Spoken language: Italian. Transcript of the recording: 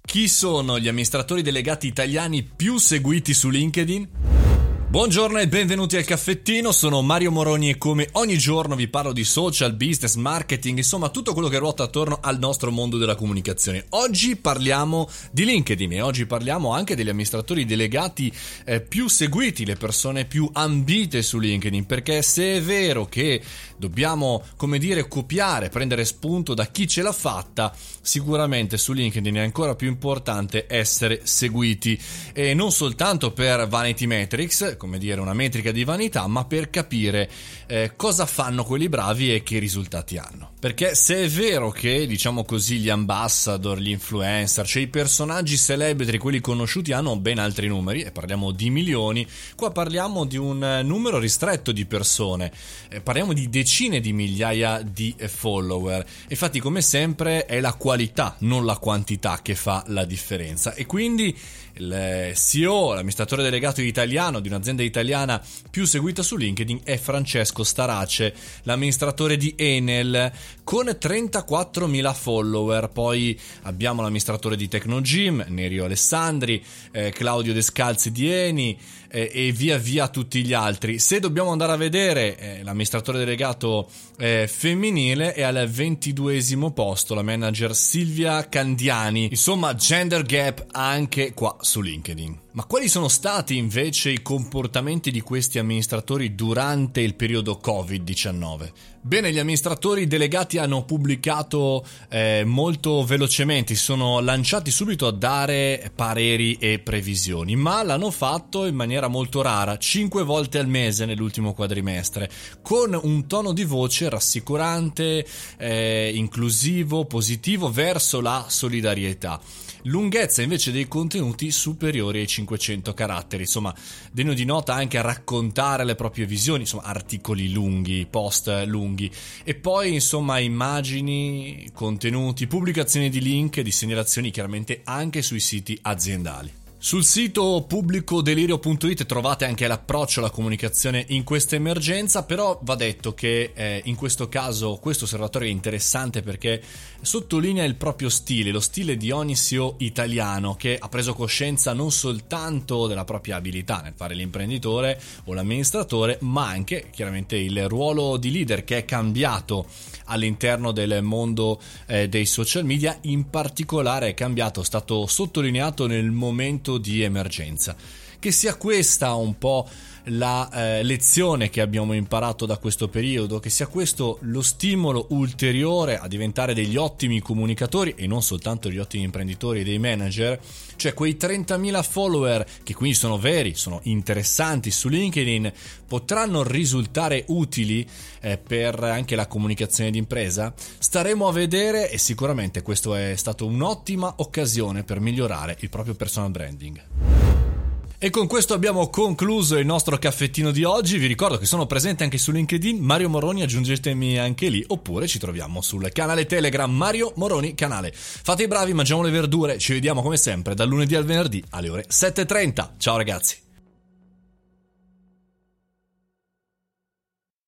Chi sono gli amministratori delegati italiani più seguiti su LinkedIn? Buongiorno e benvenuti al caffettino, sono Mario Moroni e come ogni giorno vi parlo di social, business, marketing, insomma tutto quello che ruota attorno al nostro mondo della comunicazione. Oggi parliamo di LinkedIn e oggi parliamo anche degli amministratori delegati più seguiti, le persone più ambite su LinkedIn, perché se è vero che dobbiamo, copiare, prendere spunto da chi ce l'ha fatta, sicuramente su LinkedIn è ancora più importante essere seguiti e non soltanto per vanity metrics, una metrica di vanità, ma per capire cosa fanno quelli bravi e che risultati hanno. Perché se è vero che, gli ambassador, gli influencer, cioè i personaggi celebri, quelli conosciuti, hanno ben altri numeri, e parliamo di milioni, qua parliamo di un numero ristretto di persone, parliamo di decine di migliaia di follower. Infatti, come sempre, è la qualità, non la quantità, che fa la differenza. E quindi il CEO, l'amministratore delegato italiano di un'azienda italiana più seguita su LinkedIn è Francesco Starace, l'amministratore di Enel, con 34.000 follower. Poi abbiamo l'amministratore di Tecnogym, Nerio Alessandri, Claudio Descalzi di Eni, e via via tutti gli altri. Se dobbiamo andare a vedere, l'amministratore delegato femminile è al 22esimo posto, la manager Silvia Candiani. Insomma, gender gap anche qua su LinkedIn. Ma quali sono stati invece i comportamenti di questi amministratori durante il periodo Covid-19? Bene, gli amministratori delegati hanno pubblicato molto velocemente, si sono lanciati subito a dare pareri e previsioni, ma l'hanno fatto in maniera molto rara, 5 volte al mese nell'ultimo quadrimestre, con un tono di voce rassicurante, inclusivo, positivo verso la solidarietà. Lunghezza invece dei contenuti superiori ai 500 caratteri, insomma degno di nota anche a raccontare le proprie visioni, insomma articoli lunghi, post lunghi, e poi insomma immagini, contenuti, pubblicazioni di link e di segnalazioni chiaramente anche sui siti aziendali. Sul sito pubblicodelirio.it trovate anche l'approccio alla comunicazione in questa emergenza, però va detto che in questo caso questo osservatorio è interessante perché sottolinea il proprio stile, lo stile di ogni CEO italiano che ha preso coscienza non soltanto della propria abilità nel fare l'imprenditore o l'amministratore, ma anche chiaramente il ruolo di leader che è cambiato all'interno del mondo dei social media. In particolare è cambiato, è stato sottolineato nel momento di emergenza. Che sia questa un po' la lezione che abbiamo imparato da questo periodo, che sia questo lo stimolo ulteriore a diventare degli ottimi comunicatori e non soltanto degli ottimi imprenditori e dei manager, cioè quei 30.000 follower che quindi sono veri, sono interessanti su LinkedIn, potranno risultare utili per anche la comunicazione d'impresa? Staremo a vedere, e sicuramente questo è stato un'ottima occasione per migliorare il proprio personal branding. E con questo abbiamo concluso il nostro caffettino di oggi. Vi ricordo che sono presente anche su LinkedIn, Mario Moroni, aggiungetemi anche lì, oppure ci troviamo sul canale Telegram Mario Moroni Canale. Fate i bravi, mangiamo le verdure, ci vediamo come sempre dal lunedì al venerdì alle ore 7:30. Ciao ragazzi!